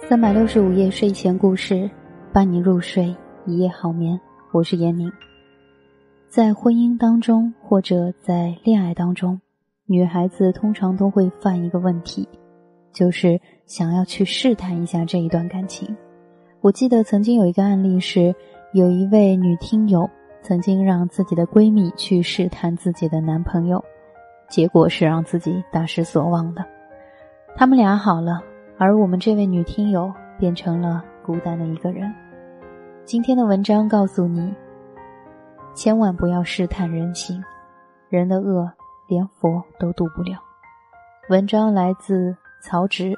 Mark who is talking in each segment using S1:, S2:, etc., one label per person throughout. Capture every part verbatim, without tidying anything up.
S1: 三百六十五夜睡前故事，伴你入睡，一夜好眠。我是闫宁。在婚姻当中，或者在恋爱当中，女孩子通常都会犯一个问题，就是想要去试探一下这一段感情。我记得曾经有一个案例是，有一位女听友曾经让自己的闺蜜去试探自己的男朋友，结果是让自己大失所望的。他们俩好了，而我们这位女听友变成了孤单的一个人。今天的文章告诉你，千万不要试探人心，人的恶连佛都渡不了。文章来自曹植。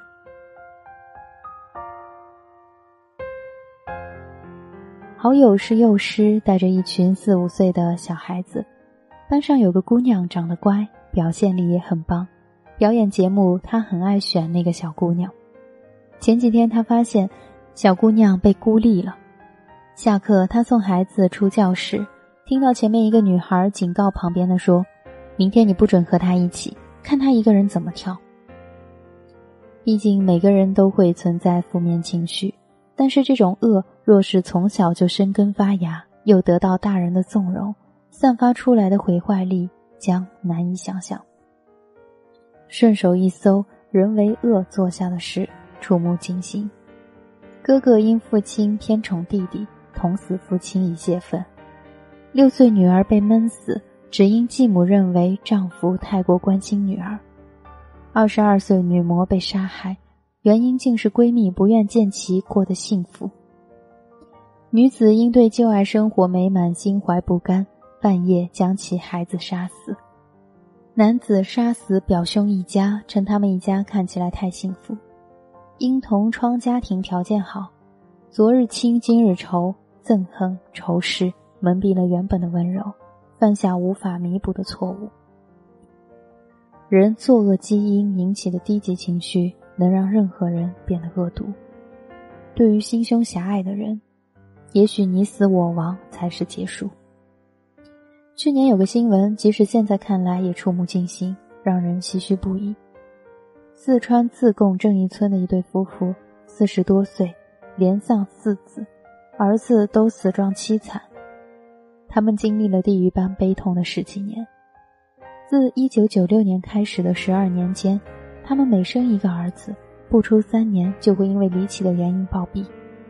S1: 好友是幼师，带着一群四五岁的小孩子。班上有个姑娘长得乖，表现力也很棒，表演节目她很爱选那个小姑娘。前几天她发现小姑娘被孤立了，下课她送孩子出教室，听到前面一个女孩警告旁边的说，明天你不准和她一起，看她一个人怎么跳。毕竟每个人都会存在负面情绪，但是这种恶若是从小就生根发芽，又得到大人的纵容，散发出来的毁坏力将难以想象。顺手一搜人为恶做下的事，触目惊心。哥哥因父亲偏宠弟弟，捅死父亲以泄愤。六岁女儿被闷死，只因继母认为丈夫太过关心女儿。二十二岁女魔被杀害，原因竟是闺蜜不愿见其过得幸福。女子因对旧爱生活美满心怀不甘，半夜将其孩子杀死。男子杀死表兄一家，称他们一家看起来太幸福。因同窗家庭条件好，昨日亲今日仇，憎恨仇视蒙蔽了原本的温柔，犯下无法弥补的错误。人作恶基因引起的低级情绪能让任何人变得恶毒。对于心胸狭隘的人，也许你死我亡才是结束。去年有个新闻，即使现在看来也触目惊心，让人唏嘘不已。四川自贡正义村的一对夫妇，四十多岁，连丧四子，儿子都死状凄惨。他们经历了地狱般悲痛的十几年。自一九九六年开始的十二年间，他们每生一个儿子，不出三年就会因为离奇的原因暴毙。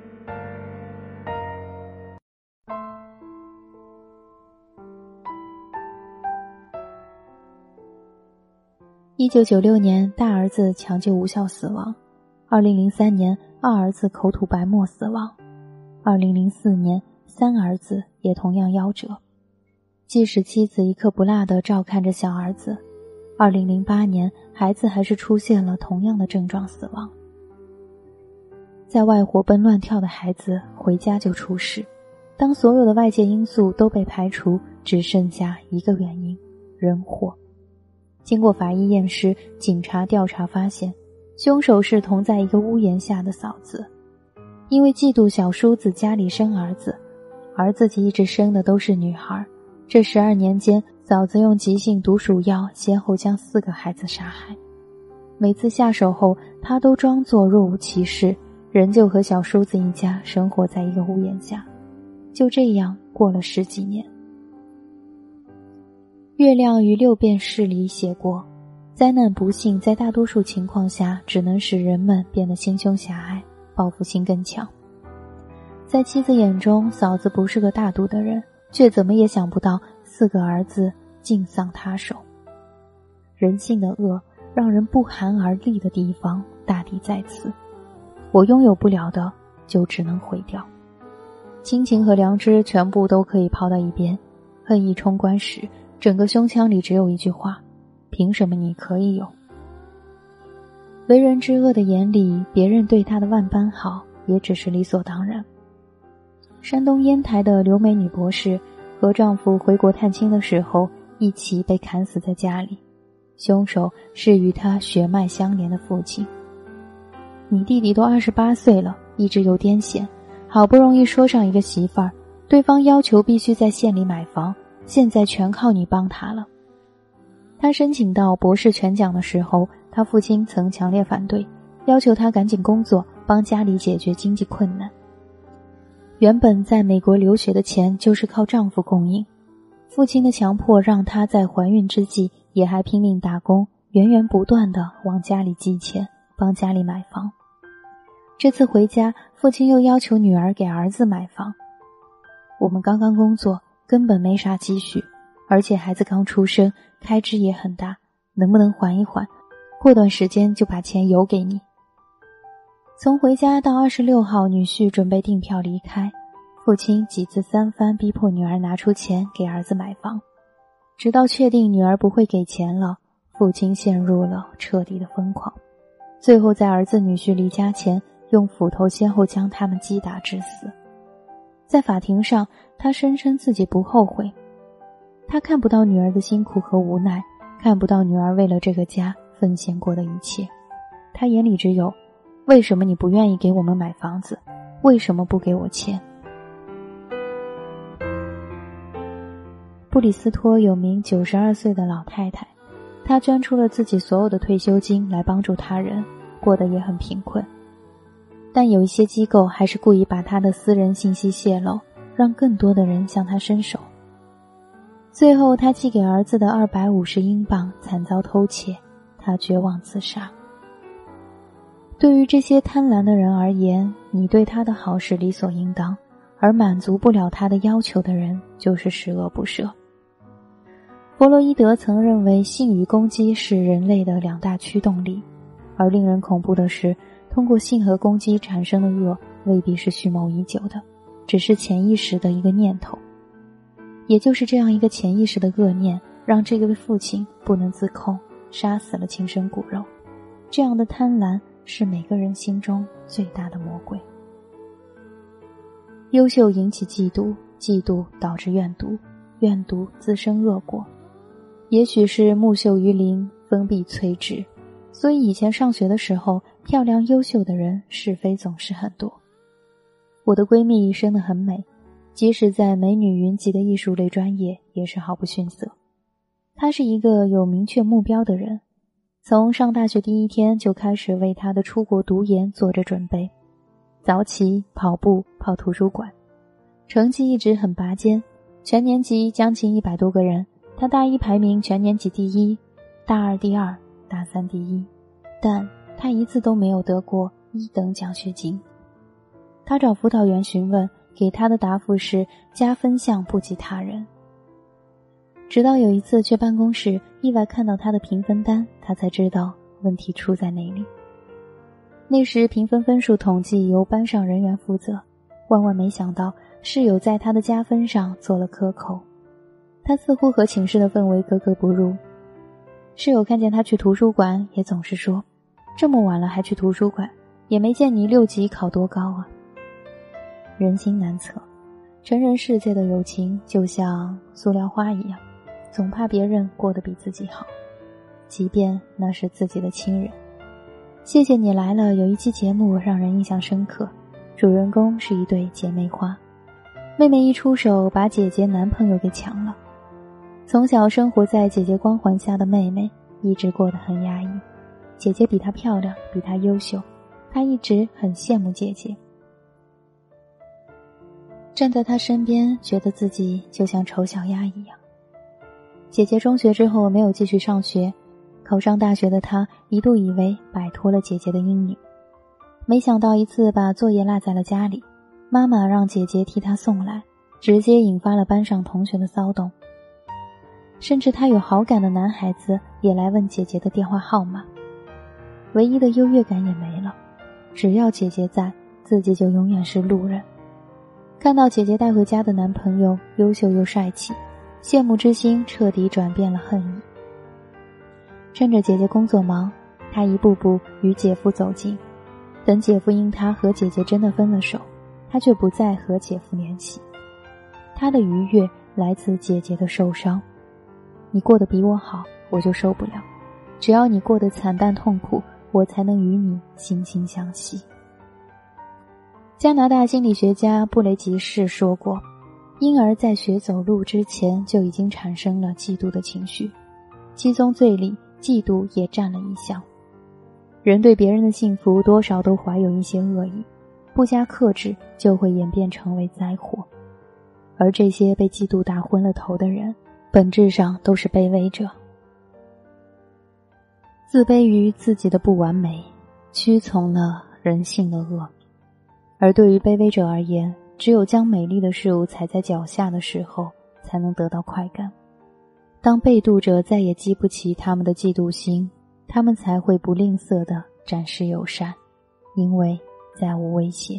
S1: 一九九六年，大儿子抢救无效死亡；二零零三年，二儿子口吐白沫死亡；二零零四年，三儿子也同样夭折。即使妻子一刻不落地照看着小儿子，二零零八年，孩子还是出现了同样的症状死亡。在外活蹦乱跳的孩子回家就出事，当所有的外界因素都被排除，只剩下一个原因：人祸。经过法医验尸，警察调查发现，凶手是同在一个屋檐下的嫂子。因为嫉妒小叔子家里生儿子，儿子一直生的都是女孩。这十二年间，嫂子用急性毒鼠药先后将四个孩子杀害。每次下手后，她都装作若无其事，仍旧和小叔子一家生活在一个屋檐下。就这样过了十几年。月亮于六便士里写过，灾难不幸在大多数情况下只能使人们变得心胸狭隘，报复心更强。在妻子眼中，嫂子不是个大度的人，却怎么也想不到四个儿子尽丧他手。人性的恶让人不寒而栗的地方大抵在此，我拥有不了的就只能毁掉。亲情和良知全部都可以抛到一边，恨意冲冠时，整个胸腔里只有一句话：凭什么你可以有？为人之恶的眼里，别人对他的万般好也只是理所当然。山东烟台的刘美女博士和丈夫回国探亲的时候，一起被砍死在家里，凶手是与她血脉相连的父亲。你弟弟都二十八岁了，一直有癫痫，好不容易说上一个媳妇儿，对方要求必须在县里买房，现在全靠你帮他了。他申请到博士全奖的时候，他父亲曾强烈反对，要求他赶紧工作， 帮家里解决经济困难。原本在美国留学的钱就是靠丈夫供应，父亲的强迫让她在怀孕之际也还拼命打工，源源不断地往家里寄钱，帮家里买房。这次回家，父亲又要求女儿给儿子买房。我们刚刚工作，根本没啥积蓄，而且孩子刚出生，开支也很大，能不能缓一缓，过段时间就把钱邮给你。从回家到二十六号女婿准备订票离开，父亲几次三番逼迫女儿拿出钱给儿子买房，直到确定女儿不会给钱了，父亲陷入了彻底的疯狂，最后在儿子女婿离家前用斧头先后将他们击打致死。在法庭上，他声称自己不后悔，他看不到女儿的辛苦和无奈，看不到女儿为了这个家奉献过的一切，他眼里只有为什么你不愿意给我们买房子？为什么不给我钱？布里斯托有名九十二岁的老太太，她捐出了自己所有的退休金来帮助他人，过得也很贫困。但有一些机构还是故意把她的私人信息泄露，让更多的人向她伸手。最后她寄给儿子的二百五十英镑惨遭偷窃，她绝望自杀。对于这些贪婪的人而言，你对他的好是理所应当，而满足不了他的要求的人就是十恶不赦。弗洛伊德曾认为性与攻击是人类的两大驱动力，而令人恐怖的是，通过性和攻击产生的恶未必是蓄谋已久的，只是潜意识的一个念头。也就是这样一个潜意识的恶念，让这位父亲不能自控，杀死了亲生骨肉。这样的贪婪是每个人心中最大的魔鬼。优秀引起嫉妒，嫉妒导致怨毒，怨毒滋生恶果。也许是木秀于林，风必摧之，所以以前上学的时候，漂亮优秀的人是非总是很多。我的闺蜜生得很美，即使在美女云集的艺术类专业也是毫不逊色。她是一个有明确目标的人，从上大学第一天就开始为她的出国读研做着准备，早起、跑步、跑图书馆，成绩一直很拔尖，全年级将近一百多个人，她大一排名全年级第一，大二第二，大三第一，但她一次都没有得过一等奖学金。她找辅导员询问，给她的答复是加分项不及他人。直到有一次去办公室意外看到她的评分单，她才知道问题出在哪里。那时评分分数统计由班上人员负责，万万没想到室友在她的加分上做了克扣。她似乎和寝室的氛围格格不入，室友看见她去图书馆也总是说，这么晚了还去图书馆，也没见你六级考多高啊。人心难测，成人世界的友情就像塑料花一样，总怕别人过得比自己好，即便那是自己的亲人。谢谢你来了有一期节目让人印象深刻，主人公是一对姐妹花，妹妹一出手把姐姐男朋友给抢了。从小生活在姐姐光环下的妹妹一直过得很压抑，姐姐比她漂亮，比她优秀，她一直很羡慕姐姐。站在她身边，觉得自己就像丑小鸭一样。姐姐中学之后没有继续上学，考上大学的她一度以为摆脱了姐姐的阴影，没想到一次把作业落在了家里，妈妈让姐姐替她送来，直接引发了班上同学的骚动。甚至她有好感的男孩子也来问姐姐的电话号码，唯一的优越感也没了，只要姐姐在，自己就永远是路人。看到姐姐带回家的男朋友优秀又帅气，羡慕之心彻底转变了恨意。趁着姐姐工作忙，她一步步与姐夫走近，等姐夫因她和姐姐真的分了手，她却不再和姐夫联系。她的愉悦来自姐姐的受伤，你过得比我好，我就受不了，只要你过得惨淡痛苦，我才能与你惺惺相惜。加拿大心理学家布雷吉士说过，婴儿在学走路之前就已经产生了嫉妒的情绪，其中最里嫉妒也占了一项。 人对别人的幸福多少都怀有一些恶意，不加克制就会演变成为灾祸。而这些被嫉妒打昏了头的人，本质上都是卑微者，自卑于自己的不完美，屈从了人性的恶。而对于卑微者而言，只有将美丽的事物踩在脚下的时候，才能得到快感。当被妒者再也激不起他们的嫉妒心，他们才会不吝啬地展示友善，因为再无威胁。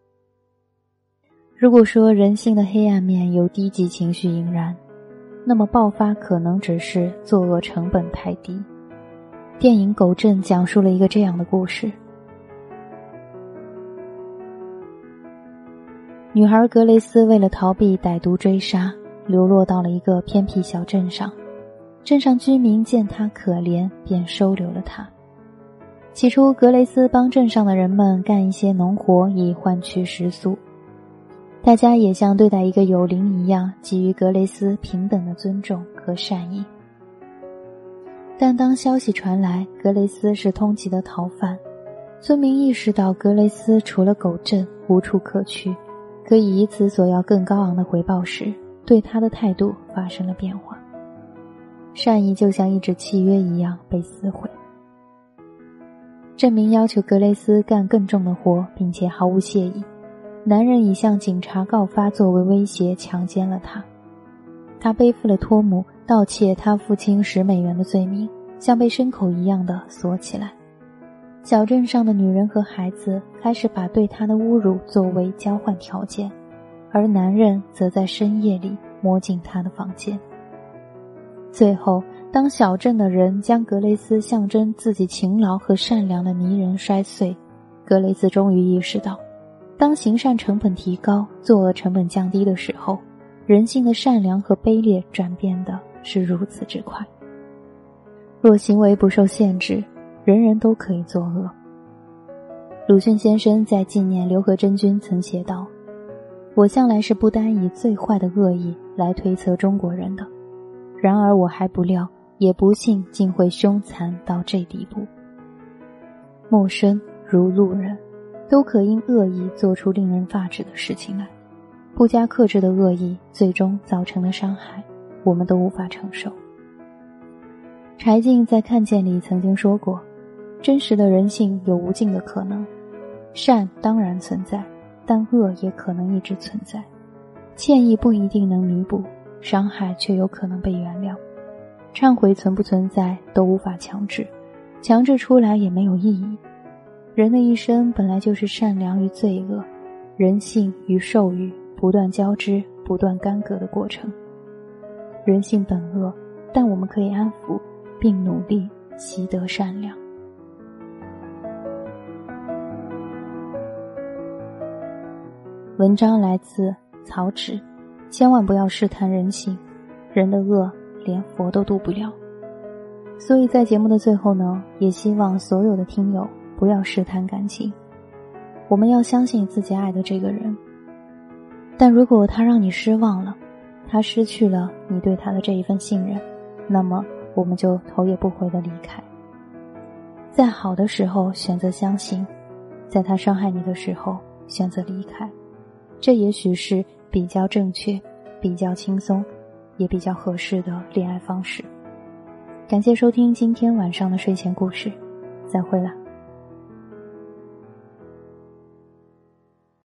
S1: 如果说人性的黑暗面由低级情绪引燃，那么爆发可能只是作恶成本太低。电影《狗镇》讲述了一个这样的故事。女孩格雷斯为了逃避歹毒追杀，流落到了一个偏僻小镇上。镇上居民见她可怜，便收留了她。起初格雷斯帮镇上的人们干一些农活以换取食宿，大家也像对待一个友邻一样，给予格雷斯平等的尊重和善意。但当消息传来格雷斯是通缉的逃犯，村民意识到格雷斯除了狗镇无处可去，可以以此索要更高昂的回报时，对他的态度发生了变化。善意就像一纸契约一样被撕毁。镇民要求格雷斯干更重的活，并且毫无谢意。男人以向警察告发作为威胁强奸了他。他背负了托姆盗窃他父亲十美元的罪名，像被牲口一样的锁起来。小镇上的女人和孩子开始把对他的侮辱作为交换条件，而男人则在深夜里摸进他的房间。最后，当小镇的人将格雷斯象征自己勤劳和善良的泥人摔碎，格雷斯终于意识到，当行善成本提高，作恶成本降低的时候，人性的善良和卑劣转变的是如此之快。若行为不受限制，人人都可以作恶。鲁迅先生在纪念刘和珍君曾写道，我向来是不单以最坏的恶意来推测中国人的，然而我还不料，也不信竟会凶残到这地步。陌生如路人，都可因恶意做出令人发指的事情来。不加克制的恶意最终造成的伤害，我们都无法承受。柴静在《看见》里曾经说过，真实的人性有无尽的可能，善当然存在，但恶也可能一直存在。歉意不一定能弥补，伤害却有可能被原谅。忏悔存不存在都无法强制，强制出来也没有意义。人的一生本来就是善良与罪恶，人性与兽欲不断交织、不断干戈的过程。人性本恶，但我们可以安抚并努力习得善良。文章来自曹植，千万不要试探人性，人的恶连佛都渡不了。所以在节目的最后呢，也希望所有的听友不要试探感情，我们要相信自己爱的这个人。但如果他让你失望了，他失去了你对他的这一份信任，那么我们就头也不回地离开。在好的时候选择相信，在他伤害你的时候选择离开，这也许是比较正确、比较轻松也比较合适的恋爱方式。感谢收听今天晚上的睡前故事，再会了。